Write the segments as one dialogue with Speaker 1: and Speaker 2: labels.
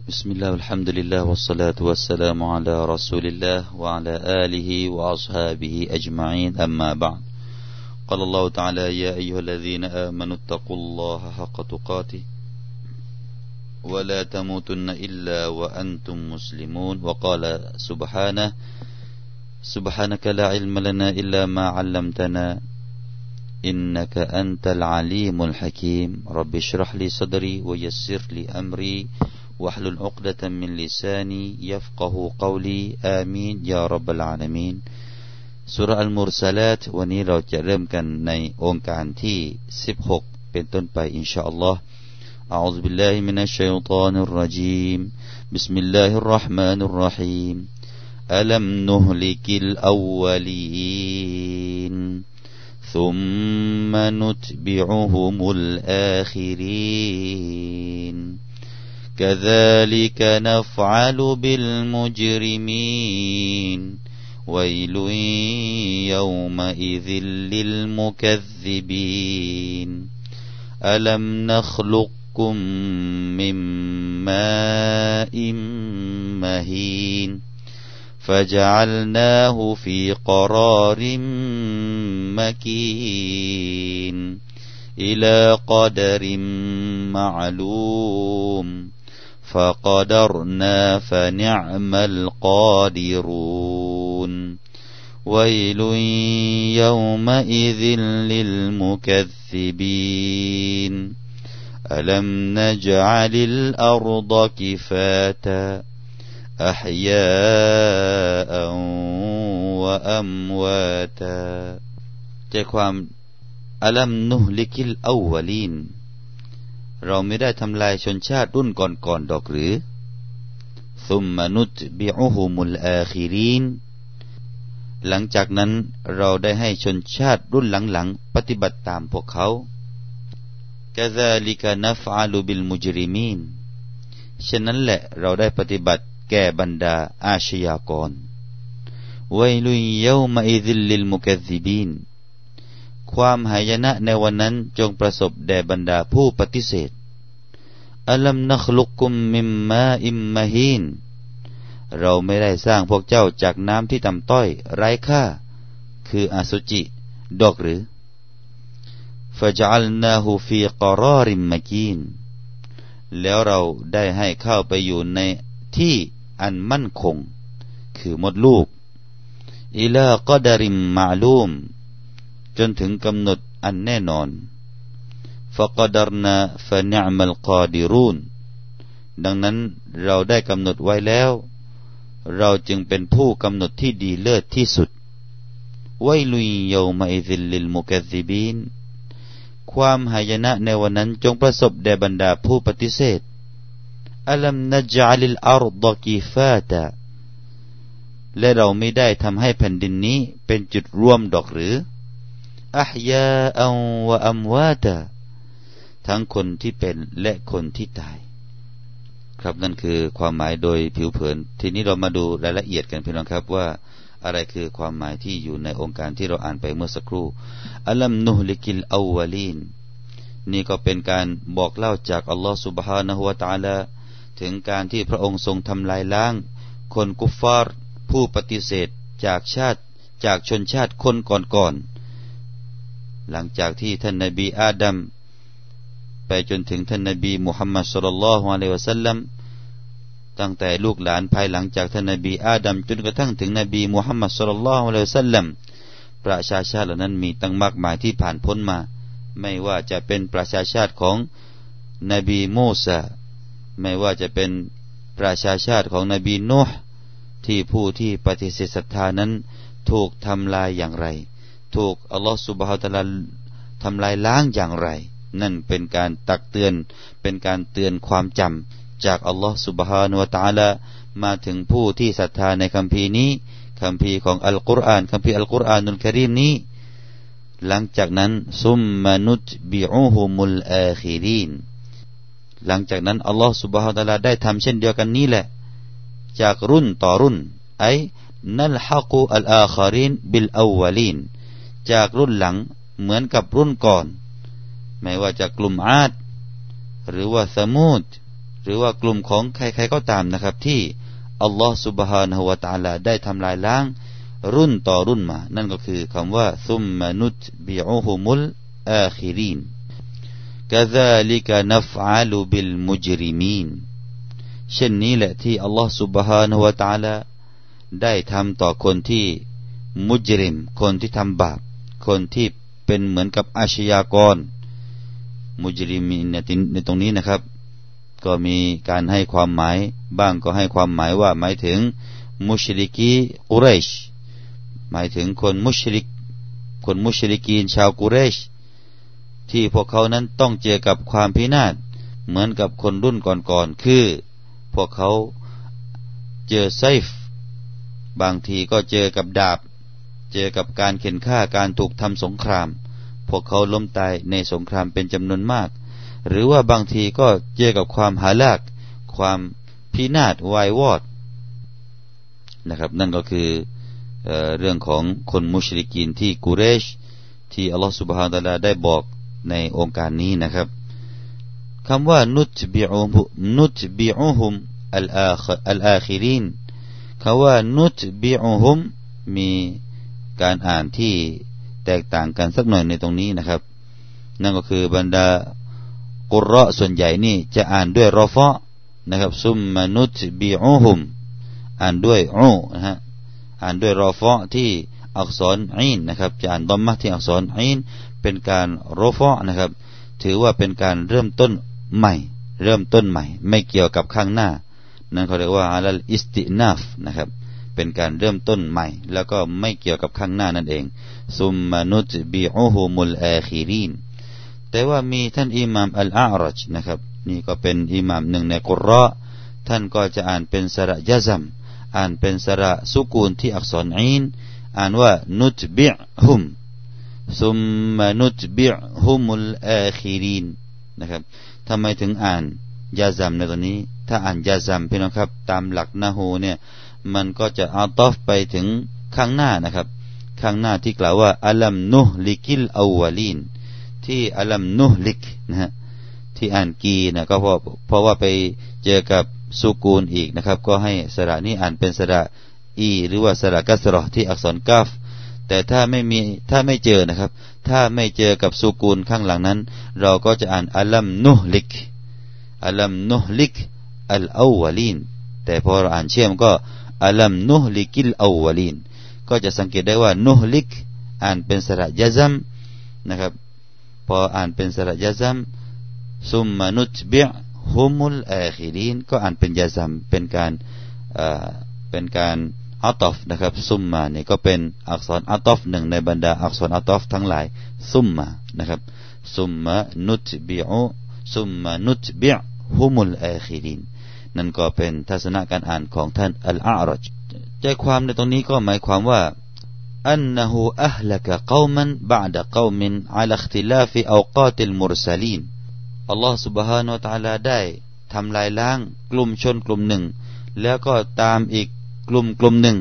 Speaker 1: بسم الله والحمد لله والصلاة والسلام على رسول الله وعلى آله وأصحابه أجمعين أما بعد قال الله تعالى يا أيها الذين آمنوا اتقوا الله حق تقاته ولا تموتن إلا وأنتم مسلمون وقال سبحانك لا علم لنا إلا ما علمتنا إنك أنت العليم الحكيم رب اشرح لي صدري ويسر لي أمري واحلل عقدة من لساني يفقه قولي آمين يا رب العالمينสุราอัลมุรซาลาตวันนี้เราจะเริ่มกันในองค์การที่16เป็นต้นไปอินชาอัลลอฮ์อะอูซุบิลลาฮิมินัชชัยฏอนิรเราะญีมบิสมิลลาฮิรเราะห์มานิรเราะฮีมอะลัมนุฮลิกิลอววลีนثم نتبعهم الآخرين كذلك نفعل بالمجرمين ويل يومئذ للمكذبين ألم نخلقكم من ماء مهين فجعلناه في قرار مكين إلى قدر معلوم فقدرنا فنعم القادرون ويل يومئذ للمكذبين ألم نجعل الأرض كفاتا أحياء وأمواتا ใจความอะลัมนุฮลิกิลอววลีนเราไม่ได้ทำลายชนชาติรุ่นก่อนๆดอกหรือซุมมะนุตบิอุฮุมุลอาคิรีนหลังจากนั้นเราได้ให้ชนชาติรุ่นหลังๆปฏิบัติตามพวกเขากะซาลิกะนัฟอะลุบิลมุจริมีนฉะนั้นแหละเราได้ปฏิบัติแก่บรรดาอาชญากรวัยลุยอมะอิซิลลิลมุกัซซิบีนความหายนะในวันนั้นจงประสบแด่บรรดาผู้ปฏิเสธอัลัมนัคลุกกุมมิมมาอิมมะฮีนเราไม่ได้สร้างพวกเจ้าจากน้ำที่ต่ำต้อยไร้ค่าคืออสุจิดอกหรือฟะจะอัลนาฮูฟีกรอริมมะกีนแล้วเราได้ให้เข้าไปอยู่ในที่อันมั่นคงคือมดลูกอิลากอดาริมมะลูมจนถึงกำหนดอันแน่นอนฟะกอดารนาฟะนิอมัลกอดิรูนดังนั้นเราได้กำหนดไว้แล้วเราจึงเป็นผู้กำหนดที่ดีเลิศที่สุดวัยลุยยอมะอิซิลลิลมุกัซซิบีนความหายนะในวันนั้นจงประสบแด่บรรดาผู้ปฏิเสธอะลัมนัจอะลิลอัรฎกิฟาตาและเราไม่ได้ทำให้แผ่นดินนี้เป็นจุดรวมดอกหรืออัฮยาอันวะอัมวาตาทั้งคนที่เป็นและคนที่ตายครับนั่นคือความหมายโดยผิวเผินทีนี้เรามาดูรายละเอียดกันพี่น้องครับว่าอะไรคือความหมายที่อยู่ในองค์การที่เราอ่านไปเมื่อสักครู่อัลัมนุฮลิกิลอววลีนนี่ก็เป็นการบอกเล่าจากอัลลอฮฺซุบฮานะฮูวะตะอาลาถึงการที่พระองค์ทรงทำลายล้างคนกุฟฟาร์ผู้ปฏิเสธจากชนชาติคนก่อนหลังจากที่ท่านนบีอาดัมไปจนถึงท่านนบีมุฮัมมัดศ็อลลัลลอฮุอะลัยฮิวะซัลลัมตั้งแต่ลูกหลานภายหลังจากท่านนบีอาดัมจนกระทั่งถึงนบีมุฮัมมัดศ็อลลัลลอฮุอะลัยฮิวะซัลลัมประชาชาติเหล่านั้นมีตั้งมากมายที่ผ่านพ้นมาไม่ว่าจะเป็นประชาชาติของนบีมูซาไม่ว่าจะเป็นประชาชาติของนบีนูห์ที่ผู้ที่ปฏิเสธศรัทธานั้นถูกทำลายอย่างไรถูกอัลลอฮฺซุบฮานะฮูวะตะอาลาทำลายล้างอย่างไรนั่นเป็นการตักเตือนเป็นการเตือนความจำจากอัลลอฮฺซุบฮานะฮูวะตะอาลามาถึงผู้ที่ศรัทธาในคัมภีร์นี้คัมภีร์ของอัลกุรอานคัมภีร์อัลกุรอานุลกะรีมนี้หลังจากนั้นซุมมานุตบิอุฮุมุลอาคิรีนหลังจากนั้นอัลลอฮฺซุบฮานะฮูวะตะอาลาได้ทำเช่นเดียวกันนี้แหละจากรุ่นต่อรุ่นไอนัลฮักุอัลอาคารีนบิลอววลีนจากรุ่นหลังเหมือนกับรุ่นก่อนไม่ว่าจากกลุ่มอาดหรือว่าสมูดหรือว่ากลุ่มของใครๆก็ตามนะครับที่อัลลอฮฺซุบฮานะฮูวะตะอาลาได้ทำลายล้างรุ่นต่อรุ่นมานั่นก็คือคำว่าซุมมานุตบิอุฮุมุลอาคิรีนกะซาลิกะนัฟอะลุบิลมุจริมีนเช่นนี้แหละที่อัลลอฮฺซุบฮานะฮูวะตะอาลาได้ทำต่อคนที่มุจริมคนที่ทำบาปคนที่เป็นเหมือนกับอาชญากรมุจริมีนในตรงนี้นะครับก็มีการให้ความหมายบ้างก็ให้ความหมายว่าหมายถึงมุชริกีกุเรชหมายถึงคนมุชริกีนชาวกุเรชที่พวกเขานั้นต้องเจอกับความพินาศเหมือนกับคนรุ่นก่อนๆคือพวกเขาเจอไซฟ์บางทีก็เจอกับดาบเจอกับการเข็นฆ่าการถูกทำสงครามพวกเขาล้มตายในสงครามเป็นจำนวนมากหรือว่าบางทีก็เจอกับความหาลากความพินาศวายวอดนะครับนั่นก็คือเรื่องของคนมุชริกีนที่กุเรชที่อัลลอฮฺ سبحانه และ تعالى ได้บอกในองค์การนี้นะครับคำว่านุตบิอุฮุมอัลอาคิรีนคำว่านุตบิอุฮุมมีการอ่านที่แตกต่างกันสักหน่อยในตรงนี้นะครับนั่นก็คือบรรดากุรเราะห์ส่วนใหญ่นี่จะอ่านด้วยรอฟะนะครับซุมมานุตบิอุฮุมอ่านด้วยอูนะฮะอ่านด้วยรอฟะที่อักษรอีนนะครับจะอ่านดัมมะห์ที่อักษรอีนเป็นการรอฟะนะครับถือว่าเป็นการเริ่มต้นใหม่ไม่เกี่ยวกับข้างหน้านั่นเขาเรียกว่าอะลัลอิสตินาฟนะครับเป็นการเริ่มต้นใหม่แล้วก็ไม่เกี่ยวกับข้างหน้านั่นเองซุมมานุตบิอุฮุมุลอาคิรีนแต่ว่ามีท่านอิหม่ามอัลอารัจนะครับนี่ก็เป็นอิหม่ามหนึ่งในกุรเราะห์ท่านก็จะอ่านเป็นสระยะซัมอ่านเป็นสระสุกูนที่อักษรอีนอ่านว่านุตบิฮุมซุมมานุตบิฮุมุลอาคิรีนนะครับทำไมถึงอ่านยะซัมในตรงนี้ถ้าอ่านยะซัมพี่น้องครับตามหลักนะฮูเนี่ยมันก็จะอาตอฟไปถึงข้างหน้านะครับข้างหน้าที่กล่าวว่าอัลัมนุฮลิกิลอวลีนที่อัลัมนุฮลิกนะฮะที่อ่านกีนะก็เพราะว่าไปเจอกับสุกูนอีกนะครับก็ให้สระนี้อ่านเป็นสระอีหรือว่าสระกัสเราะห์ที่อักษรกาฟแต่ถ้าไม่เจอนะครับถ้าไม่เจอกับสุกูนข้างหลังนั้นเราก็จะอ่านอัลัมนุฮลิกอัลอวลีนแต่พอเราอ่านเชื่อมก็อัลัมนุฮลิกิลอวลีนก็จะสังเกตได้ว่านุฮลิกอ่านเป็นสระยะซัมนะครับพออ่านเป็นสระยะซัมซุมมานุตบิฮุมุลอาคิรีนก็อ่านเป็นยะซัมเป็นการอัตอฟนะครับซุมมานี่ก็เป็นอักษรอัตอฟหนึ่งในบรรดาอักษรอัตอฟทั้งหลายซุมมานะครับซุมมานุตบิฮุมุลอาคิรีนนั่นก็เป็นทัศนะการอ่านของท่านอัลอารัจใจความในตรงนี้ก็หมายความว่าอันนะฮูอัฮลักะกอมันบะอ์ดะกอมินอะลาอิคติลาฟิอาวกาติลมุรซะลีนอัลลอฮฺ سبحانه และ تعالى ได้ทำลายล้างกลุ่มชนกลุ่มหนึ่งแล้วก็ตามอีกกลุ่มหนึ่ง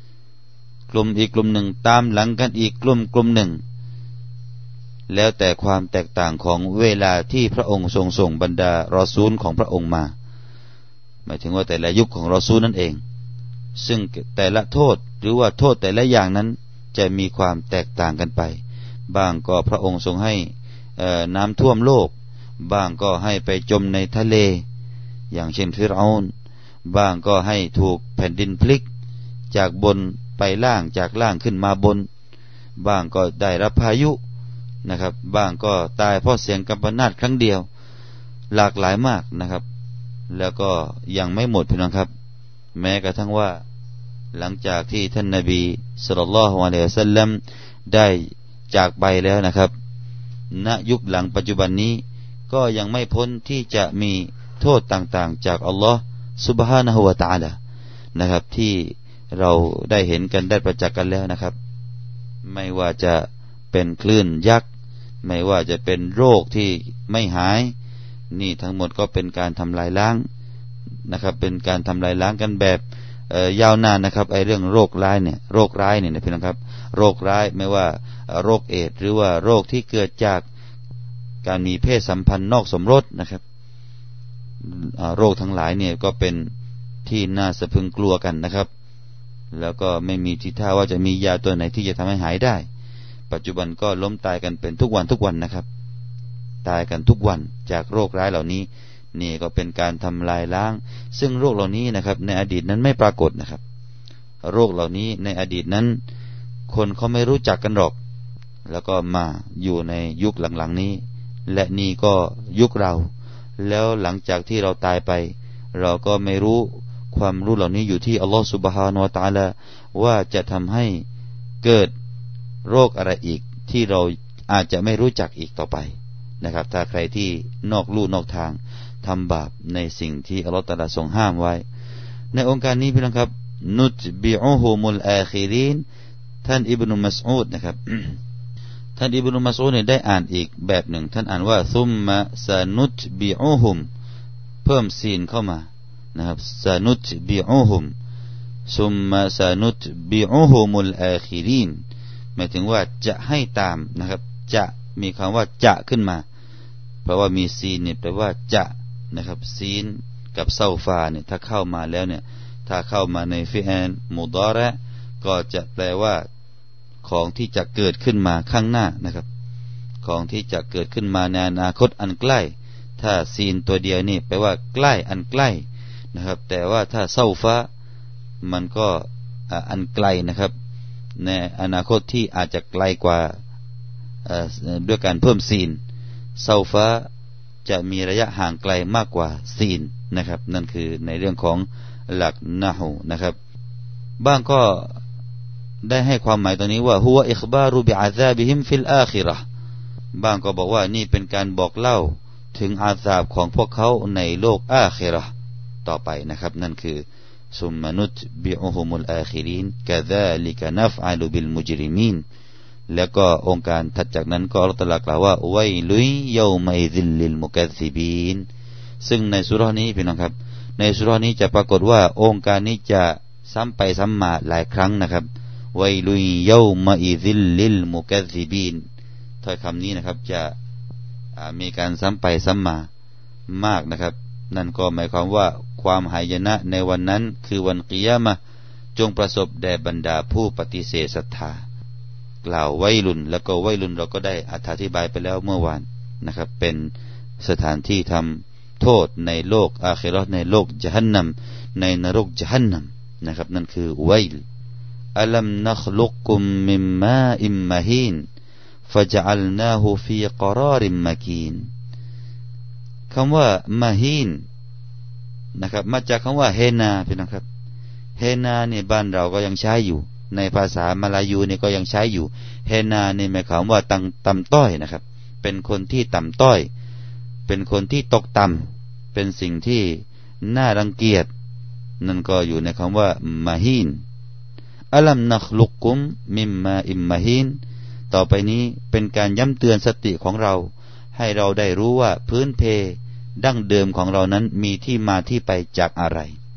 Speaker 1: ตามหลังกันอีกกลุ่มหนึ่งแล้วแต่ความแตกต่างของเวลาที่พระองค์ทรงส่งบรรดารอซูลของพระองค์มาหมายถึงว่าแต่ละยุคของรอซูลนั่นเองซึ่งแต่ละโทษหรือว่าโทษแต่ละอย่างนั้นจะมีความแตกต่างกันไปบางก็พระองค์ทรงให้น้ำท่วมโลกบางก็ให้ไปจมในทะเลอย่างเช่นฟิรเอานบางก็ให้ถูกแผ่นดินพลิกจากบนไปล่างจากล่างขึ้นมาบนบางก็ได้รับพายุนะครับบางก็ตายเพราะเสียงกัมปนาตครั้งเดียวหลากหลายมากนะครับแล้วก็ยังไม่หมดพี่น้องครับแม้กระทั่งว่าหลังจากที่ท่านนบีศ็อลลัลลอฮุอะลัยฮิวะซัลลัมได้จากไปแล้วนะครับณยุคหลังปัจจุบันนี้ก็ยังไม่พ้นที่จะมีโทษต่างๆจากอัลลอฮ์ซุบฮานะฮูวะตะอาลานะครับที่เราได้เห็นกันได้ประจักษ์กันแล้วนะครับไม่ว่าจะเป็นคลื่นยักษ์ไม่ว่าจะเป็นโรคที่ไม่หายนี่ทั้งหมดก็เป็นการทำลายล้างนะครับเป็นการทำลายล้างกันแบบยาวนานนะครับไอเรื่องโรคร้ายเนี่ยนะพี่น้องครับโรคร้ายไม่ว่าโรคเอดส์หรือว่าโรคที่เกิดจากการมีเพศสัมพันธ์นอกสมรสนะครับโรคทั้งหลายเนี่ยก็เป็นที่น่าสะพรึงกลัวกันนะครับแล้วก็ไม่มีทีท่าว่าจะมียาตัวไหนที่จะทำให้หายได้ปัจจุบันก็ล้มตายกันเป็นทุกวันนะครับตายกันทุกวันจากโรคร้ายเหล่านี้นี่ก็เป็นการทำลายล้างซึ่งโรคเหล่านี้นะครับในอดีตนั้นไม่ปรากฏนะครับโรคเหล่านี้ในอดีตนั้นคนเขาไม่รู้จักกันหรอกแล้วก็มาอยู่ในยุคหลังๆนี้และนี่ก็ยุคเราแล้วหลังจากที่เราตายไปเราก็ไม่รู้ความรู้เหล่านี้อยู่ที่อัลลอฮฺซุบฮานะฮูวะตะอาลาว่าจะทำให้เกิดโรคอะไรอีกที่เราอาจจะไม่รู้จักอีกต่อไปนะครับถ้าใครที่นอกลู่นอกทางทำบาปในสิ่งที่อัลลอฮฺตะอาลาทรงห้ามไว้ในองค์การนี้พี่น้องครับนุตบิอุฮุมุลอาคิรินท่านอิบนุมัสอูดนะครับ ท่านอิบนุมัสอูดเนี่ยได้อ่านอีกแบบหนึ่งท่านอ่านว่าซุมมะซานุตบิอุฮุมเพิ่มซีนเข้ามานะครับซานุตบิอุฮุมซุมมะซานุตบิอุฮุมุลอาคิรินหมายถึงว่าจะให้ตามนะครับจะมีคำว่าจะขึ้นมาเพราะว่ามีซีนเนี่ยแปลว่าจะนะครับซีนกับเซาฟาเนี่ยถ้าเข้ามาแล้วเนี่ยถ้าเข้ามาในฟิอลมุฎอเราะห์ก็จะแปลว่าของที่จะเกิดขึ้นมาข้างหน้านะครับของที่จะเกิดขึ้นมาในอนาคตอันใกล้ถ้าซีนตัวเดียวนี่แปลว่าใกล้อันใกล้นะครับแต่ว่าถ้าเซาฟามันก็อันไกลนะครับในอนาคตที่อาจจะไกลกว่าด้วยการเพิ่มซีนเซาฟาจะมีระยะห่างไกลมากกว่าซีนนะครับนั่นคือในเรื่องของหลักนะฮูนะครับบ้างก็ได้ให้ความหมายตรงนี้ว่าฮุวะอิคบารุบิอาซาบิฮิมฟิลอาคิเราะห์บ้างก็บอกว่านี่เป็นการบอกเล่าถึงอาซาบของพวกเขาในโลกอาคิเราะห์ต่อไปนะครับนั่นคือซุมมะนุตบิอุฮุมุลอาคิรินกะซาลิกะนัฟอะลุบิลมุจริมีนแล้วก็องค์การถัดจากนั้นก็อัลเลาะห์ตะอาลากล่าวว่าไวลุยยอมัยซิลลิลมุกัซซิบีนซึ่งในซูเราะห์นี้พี่น้องครับในซูเราะห์นี้จะปรากฏว่าองค์การนี้จะซ้ำไปซ้ำมาหลายครั้งนะครับไวลุยยอมัยซิลลิลมุกัซซิบีนถ้อยคำนี้นะครับจะมีการซ้ำไปซ้ำมามากนะครับนั่นก็หมายความว่าความหายนะในวันนั้นคือวันกิยามะฮ์จงประสบแด่บรรดาผู้ปฏิเสธศรัทธากล่าวไวลุนแล้วก็ไวลุนเราก็ได้อธิบายไปแล้วเมื่อวานนะครับเป็นสถานที่ทำโทษในโลกอาคิเราะห์ในโลกญะฮันนัมในนรกญะฮันนัมนะครับนั่นคือไวลอัลัมนัคลุกกุมมิมมาอิมมะฮีนฟะจะอัลนาฮูฟีกะรอริมมะกีนคำว่ามะฮีนนะครับมาจากคำว่าเฮนาพี่น้องครับเฮนาเนี่ยบ้านเราก็ยังใช้อยู่ในภาษามลายูเนี่ยก็ยังใช้อยู่เฮนาเนี่ยหมายความว่าต่ำต้อยนะครับเป็นคนที่ต่ำต้อยเป็นคนที่ตกต่ำเป็นสิ่งที่น่ารังเกียจนั่นก็อยู่ในคำว่ามะฮีนอัลัมนัคลุกกุมมิมมาอิมมะฮีนต่อไปนี้เป็นการย้ำเตือนสติของเราให้เราได้รู้ว่าพื้นเพดั้งเดิมของเรานั้นมีที่มาที่ไปจากอะไร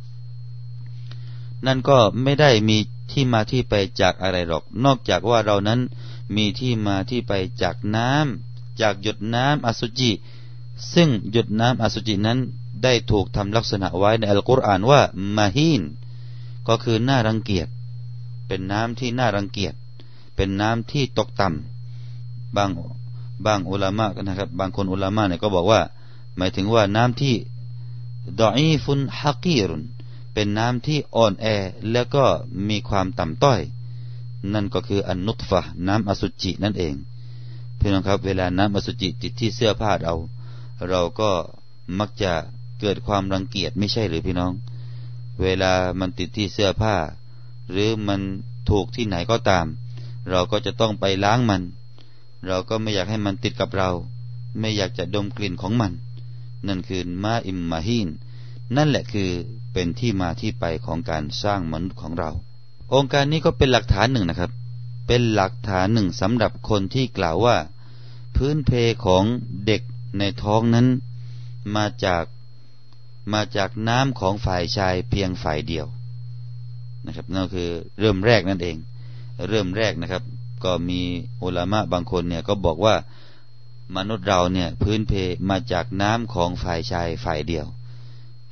Speaker 1: นั่นก็ไม่ได้มีที่มาที่ไปจากอะไรหรอกนอกจากว่าเรานั้นมีที่มาที่ไปจากน้ำจากหยดน้ำอสุจิซึ่งหยดน้ำอสุจินั้นได้ถูกทำลักษณะไว้ในอัลกุรอานว่ามะฮีนก็คือน่ารังเกียจเป็นน้ำที่น่ารังเกียจเป็นน้ำที่ตกต่ำบางอุลามะนะครับบางคนอุลามะเนี่ยก็บอกว่าหมายถึงว่าน้ำที่ดออีฟุนฮะกีรุนเป็นน้ำที่อ่อนแอแล้วก็มีความต่ำต้อยนั่นก็คืออันนุตฟะน้ำอสุจินั่นเองพี่น้องครับเวลาน้ำอสุจิติดที่เสื้อผ้าเราก็มักจะเกิดความรังเกียจไม่ใช่หรือพี่น้องเวลามันติดที่เสื้อผ้าหรือมันถูกที่ไหนก็ตามเราก็จะต้องไปล้างมันเราก็ไม่อยากให้มันติดกับเราไม่อยากจะดมกลิ่นของมันนั่นคือมาอิมมาฮีนนั่นแหละคือเป็นที่มาที่ไปของการสร้างมนุษย์ของเราองค์การนี้ก็เป็นหลักฐานหนึ่งนะครับเป็นหลักฐานหนึ่งสำหรับคนที่กล่าวว่าพื้นเพของเด็กในท้องนั้นมาจากน้ำของฝ่ายชายเพียงฝ่ายเดียวนะครับนั่นคือเริ่มแรกนั่นเองเริ่มแรกนะครับก็มีอุลามะบางคนเนี่ยก็บอกว่ามนุษย์เราเนี่ยพื้นเพมาจากน้ำของฝ่ายชายฝ่ายเดียว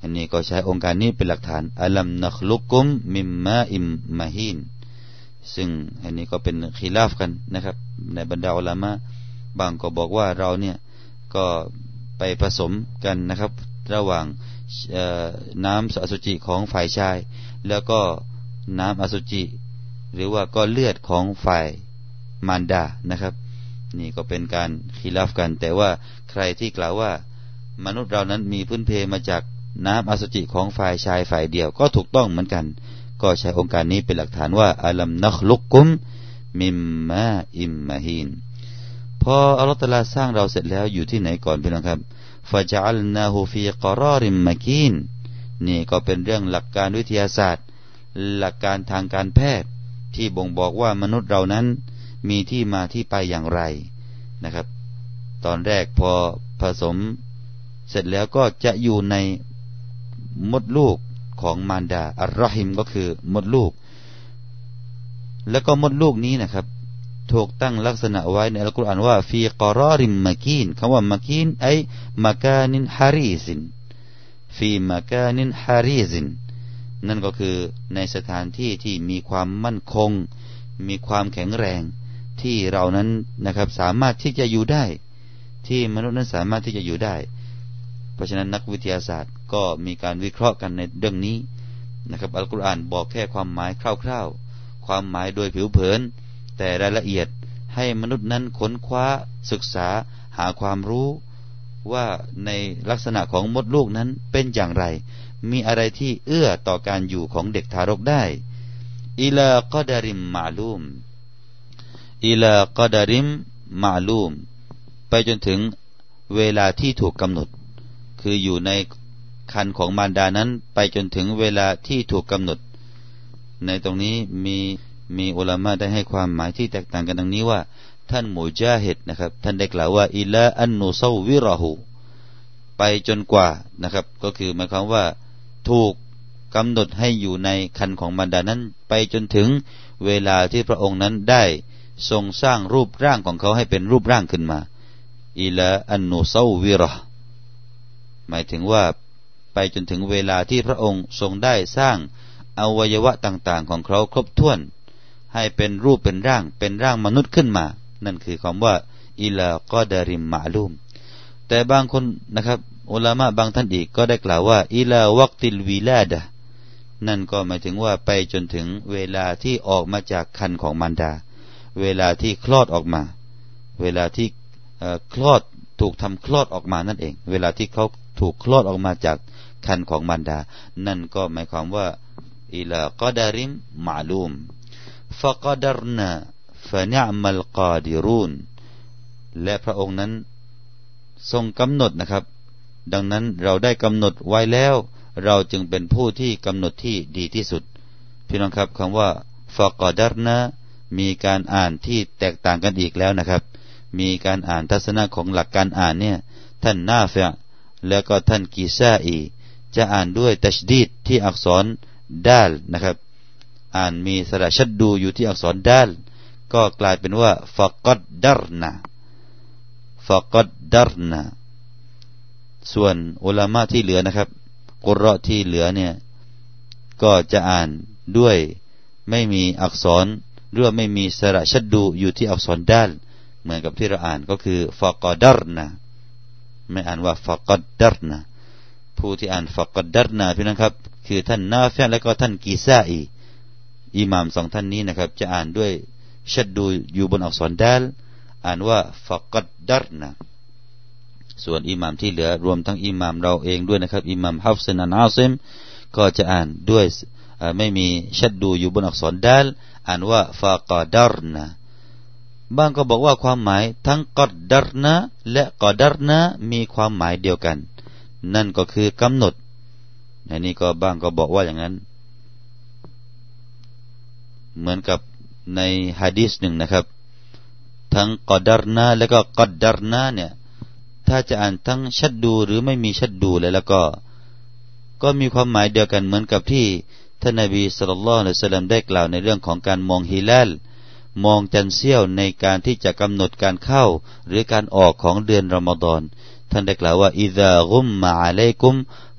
Speaker 1: อันนี้ก็ใช้องค์การนี้เป็นหลักฐานอัลัมนัคลุกุมมิมมาอิมมะฮีนซึ่งอันนี้ก็เป็นขีลาฟกันนะครับในบรรดาอุลามะบางก็บอกว่าเราเนี่ยก็ไปผสมกันนะครับระหว่างน้ำอสุจิของฝ่ายชายแล้วก็น้ำอสุจิหรือว่าก็เลือดของฝ่ายมารดานะครับนี่ก็เป็นการขีลาฟกันแต่ว่าใครที่กล่าวว่ามนุษย์เรานั้นมีพื้นเพมาจากน้ำอสุจิของฝ่ายชายฝ่ายเดียวก็ถูกต้องเหมือนกันก็ใช้องค์การนี้เป็นหลักฐานว่าอัลัมนัคลุกกุมมิมมาอิมมะฮีนพออัลเลาะห์ตะอาลาสร้างเราเสร็จแล้วอยู่ที่ไหนก่อนพี่น้องครับฟะญะอัลนาฮูฟีกะรอริมมะกีนนี่ก็เป็นเรื่องหลักการวิทยาศาสตร์หลักการทางการแพทย์ที่บ่งบอกว่ามนุษย์เรานั้นมีที่มาที่ไปอย่างไรนะครับตอนแรกพอผสมเสร็จแล้วก็จะอยู่ในมดลูกของมารดาอัรเราะฮิมก็คือมดลูกแล้วก็มดลูกนี้นะครับถูกตั้งลักษณะไว้ในอัลกุรอานว่าฟีกะรอริมมะกีนคำว่ามะกีนไอมะกานินฮารีซินฟีมะกานินฮารีซินนั่นก็คือในสถานที่ที่มีความมั่นคงมีความแข็งแรงที่เรานั้นนะครับสามารถที่จะอยู่ได้ที่มนุษย์นั้นสามารถที่จะอยู่ได้เพราะฉะนั้นนักวิทยาศาสตร์ก็มีการวิเคราะห์กันในเรื่องนี้นะครับอัลกุรอานบอกแค่ความหมายคร่าวๆความหมายโดยผิวเผินแต่รายละเอียดให้มนุษย์นั้นค้นคว้าศึกษาหาความรู้ว่าในลักษณะของมดลูกนั้นเป็นอย่างไรมีอะไรที่เอื้อต่อการอยู่ของเด็กทารกได้อิลากอดาริมมาลูมอิลากอดาริมมาลูมไปจนถึงเวลาที่ถูกกำหนดคืออยู่ในครรภ์ของมารดานั้นไปจนถึงเวลาที่ถูกกำหนดในตรงนี้มีอุลามะได้ให้ความหมายที่แตกต่างกันดังนี้ว่าท่านมุจาฮิดนะครับท่านได้กล่าวว่าอิลาอันนุซาวิรหูไปจนกว่านะครับก็คือหมายความว่าถูกกำหนดให้อยู่ในครรภ์ของมารดานั้นไปจนถึงเวลาที่พระองค์นั้นได้ทรงสร้างรูปร่างของเขาให้เป็นรูปร่างขึ้นมาอิลาอันนุซาวิรหหมายถึงว่าไปจนถึงเวลาที่พระองค์ทรงได้สร้างอวัยวะต่างๆของเขาครบถ้วนให้เป็นรูปเป็นร่างมนุษย์ขึ้นมานั่นคือคำว่าอิลากอดาริมมะลูมแต่บางคนนะครับอุลามะบางท่านอีกก็ได้กล่าวว่าอิลาวักติลวิลาดะนั่นก็หมายถึงว่าไปจนถึงเวลาที่ออกมาจากครรภ์ของมารดาเวลาที่คลอดออกมาเวลาที่คลอดถูกทำคลอดออกมานั่นเองเวลาที่เขาถูกคลอดออกมาจากครรภ์ของมารดานั่นก็หมายความว่าอิลากอดาริมมะลูมฟะกอดรนาฟะนิอ์มัลกอดิรูนและพระองค์นั้นทรงกำหนดนะครับดังนั้นเราได้กำหนดไว้แล้วเราจึงเป็นผู้ที่กำหนดที่ดีที่สุดพี่น้องครับคำว่าฟะกอดรนามีการอ่านที่แตกต่างกันอีกแล้วนะครับมีการอ่านทัศนะของหลักการอ่านเนี่ยท่านนาฟิอ์แล้วก็ท่านกีซาอีจะอ่านด้วยตัชดีดที่อักษรดาลนะครับอ่านมีสระชัดดูอยู่ที่อักษรดาลก็กลายเป็นว่าฟะกอดดรนาฟะกอดดรนาส่วนอุลามะที่เหลือนะครับกุรเราะห์ที่เหลือเนี่ยก็จะอ่านด้วยไม่มีอักษรหรือไม่มีสระชัดดูอยู่ที่อักษรดาลเหมือนกับที่เราอ่านก็คือฟะกอดรนาไม่อ่านว่าฟะกอดดรนาผู้ที่อ่านฟะกอดดรนาพี่น้องครับคือท่านนาฟิอ์และก็ท่านกีซาอีอิหม่ามสองท่านนี้นะครับจะอ่านด้วยชัดดูอยู่บนอักษรดาลอ่านว่าฟะกอดดรนาส่วนอิหม่ามที่เหลือรวมทั้งอิหม่ามเราเองด้วยนะครับอิหม่ามฮัฟซันอันอาซิมก็จะอ่านด้วยไม่มีชัดดูอยู่บนอักษรดาลอ่านว่าฟะกอดรนาบางก็บอกว่าความหมายทั้งกอดดรนาและกอดรนามีความหมายเดียวกันนั่นก็คือกำหนดอันนี้ก็บางก็บอกว่าอย่างนั้นเหมือนกับในหะดีษหนึ่งนะครับทั้งกอดรนาและก็กอดดรนาเนี่ยถ้าจะอ่านทั้งชัดดูหรือไม่มีชัดดูแล้วก็มีความหมายเดียวกันเหมือนกับที่ท่านนบีศ็อลลัลลอฮุอะลัยฮิวะซัลลัมได้กล่าวในเรื่องของการมองฮิลาลมองจันทร์เสี้ยวในการที่จะกำหนดการเข้าหรือการออกของเดือนรอมฎอนท่านได้กล่าวว่าอิซากุมมะอะลัยกุม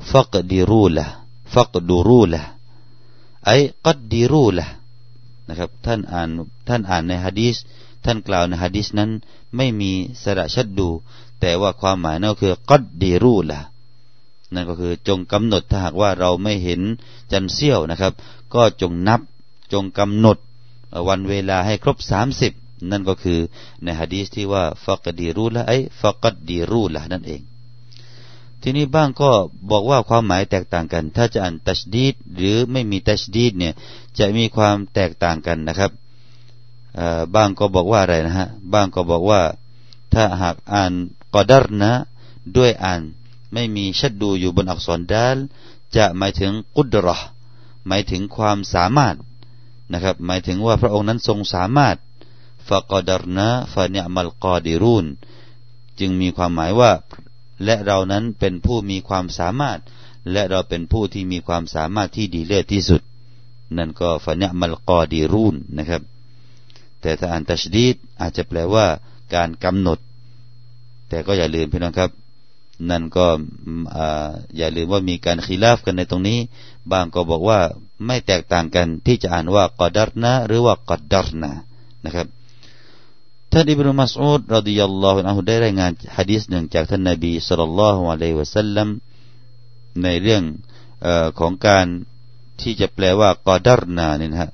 Speaker 1: ฟักดิรูละฟักดูรูละไอ้กัดดิรูละนะครับท่านอ่านในหะดีษท่านกล่าวในหะดีษนั้นไม่มีสระชัดดูแต่ว่าความหมายนั่นก็คือกัดดิรูละนั่นก็คือจงกำหนดถ้าหากว่าเราไม่เห็นจันทร์เสี้ยวนะครับก็จงนับจงกำหนดวันเวลาให้ครบ30นั่นก็คือในหะดีษที่ว่าฟักดิรูละไอ้ฟักดิรูละนั่นเองทีนี้บ้างก็บอกว่าความหมายแตกต่างกันถ้าจะอ่านตัชดีดหรือไม่มีตัชดีดเนี่ยจะมีความแตกต่างกันนะครับบ้างก็บอกว่าอะไรนะฮะบ้างก็บอกว่าถ้าหากอ่านกอดัรนะด้วยอ่านไม่มีชัดดูอยู่บนอักษรดาลจะหมายถึงกุดเราะห์หมายถึงความสามารถนะครับหมายถึงว่าพระองค์นั้นทรงสามารถฟะกอดัรนะฟะนิอ์มัลกอดิรูนจึงมีความหมายว่าและเรานั้นเป็นผู้มีความสามารถและเราเป็นผู้ที่มีความสามารถที่ดีเลิศที่สุดนั่นก็ฟะนิอ์มัลกอดิรูนนะครับแต่ถ้าอ่านตัชดีดอาจจะแปลว่าการกำหนดแต่ก็อย่าลืมพี่น้องครับนั่นก็อย่าลืมว่ามีการคิลาฟกันในตรงนี้บางก็บอกว่าไม่แตกต่างกันที่จะอ่านว่ากอดัรนะหรือว่ากอดัรนะนะครับท่านอิบนุมัสอูดรอฎิยัลลอฮุอันฮุได้รายงานหะดีษหนึ่งจากท่านนบีศ็อลลัลลอฮุอะลัยฮิวะซัลลัมในเรื่องของการที่จะแปลว่ากอดัรนะนี่นะฮะ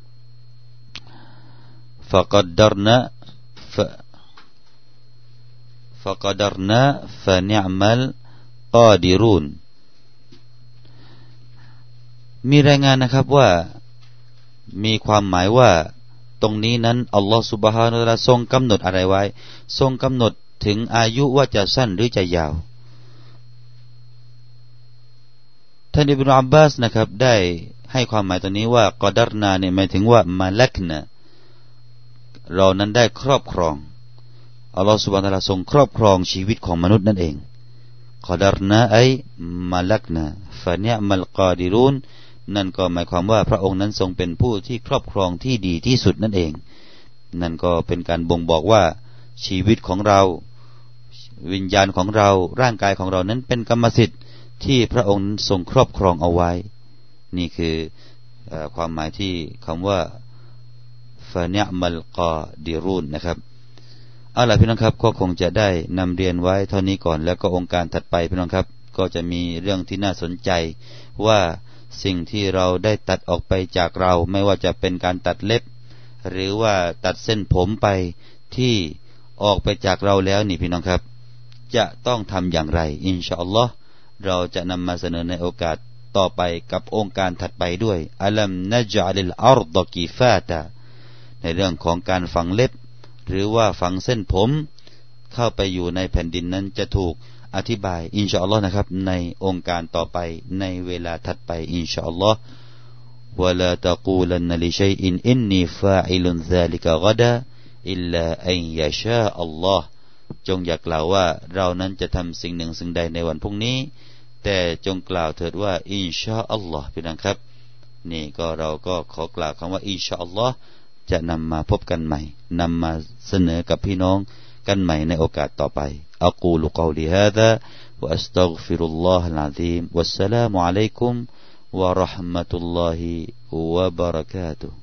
Speaker 1: ฟะกอดัรนะفقدرنا فنعمل قادرون มีรายงานนะครับว่ามีความหมายว่าตรงนี้นั้นอัลลอฮฺซุบฮานะฮูวะตะอาลาทรงกำหนดอะไรไว้ทรงกำหนดถึงอายุว่าจะสั้นหรือจะยาวท่านอิบนุอับบาสนะครับได้ให้ความหมายตรงนี้ว่ากอดัรนาเนี่ยหมายถึงว่ามาลักนะเรานั้นได้ครอบครองอัลลอฮฺ سبحانه และ تعالى ทรงครอบครองชีวิตของมนุษย์นั่นเองกอดัรนะไอมาลักนะฟะนิอ์มัลกอดิรูนนั่นก็หมายความว่าพระองค์นั้นทรงเป็นผู้ที่ครอบครองที่ดีที่สุดนั่นเองนั่นก็เป็นการบ่งบอกว่าชีวิตของเราวิญญาณของเราร่างกายของเรานั้นเป็นกรรมสิทธิ์ที่พระองค์ทรงครอบครองเอาไว้นี่คือความหมายที่คำว่าฟะนิอ์มัลกอดิรูนนะครับเอาล่ะพี่น้องครับก็คงจะได้นำเรียนไว้เท่านี้ก่อนแล้วก็องค์การถัดไปพี่น้องครับก็จะมีเรื่องที่น่าสนใจว่าสิ่งที่เราได้ตัดออกไปจากเราไม่ว่าจะเป็นการตัดเล็บหรือว่าตัดเส้นผมไปที่ออกไปจากเราแล้วนี่พี่น้องครับจะต้องทำอย่างไรอินชาอัลลอฮ์เราจะนำมาเสนอในโอกาสต่อไปกับองค์การถัดไปด้วยอัลัมนะญะลิลอัรฎกิฟาตะในเรื่องของการฝังเล็บหรือว่าฝังเส้นผมเข้าไปอยู่ในแผ่นดินนั้นจะถูกอธิบายอินชาอัลลอฮ์นะครับในองค์การต่อไปในเวลาถัดไปอินชาอัลลอฮ์วะลาตะกูลันลิชัยอินอินนีฟาอิลุนซาลิกะกอดะอิลลาอันยะชาอัลลอฮ์จงอย่ากล่าวว่าเรานั้นจะทำสิ่งหนึ่งสิ่งใดในวันพรุ่งนี้แต่จงกล่าวเถิดว่าอินชาอัลลอฮ์พี่น้องครับนี่ก็เราก็ขอกล่าวคำว่าอินชาอัลลอฮ์จะนำมาพบกันใหม่นำมาเสนอกับพี่น้องกันใหม่ในโอกาสต่อไปอักูลุกอลิฮาซาวะอัสตัฆฟิรุลลอฮุลอะซีมวัสสลามุอะลัยกุมวะเราะห์มะตุลลอฮิวะบะเราะกาตุฮ์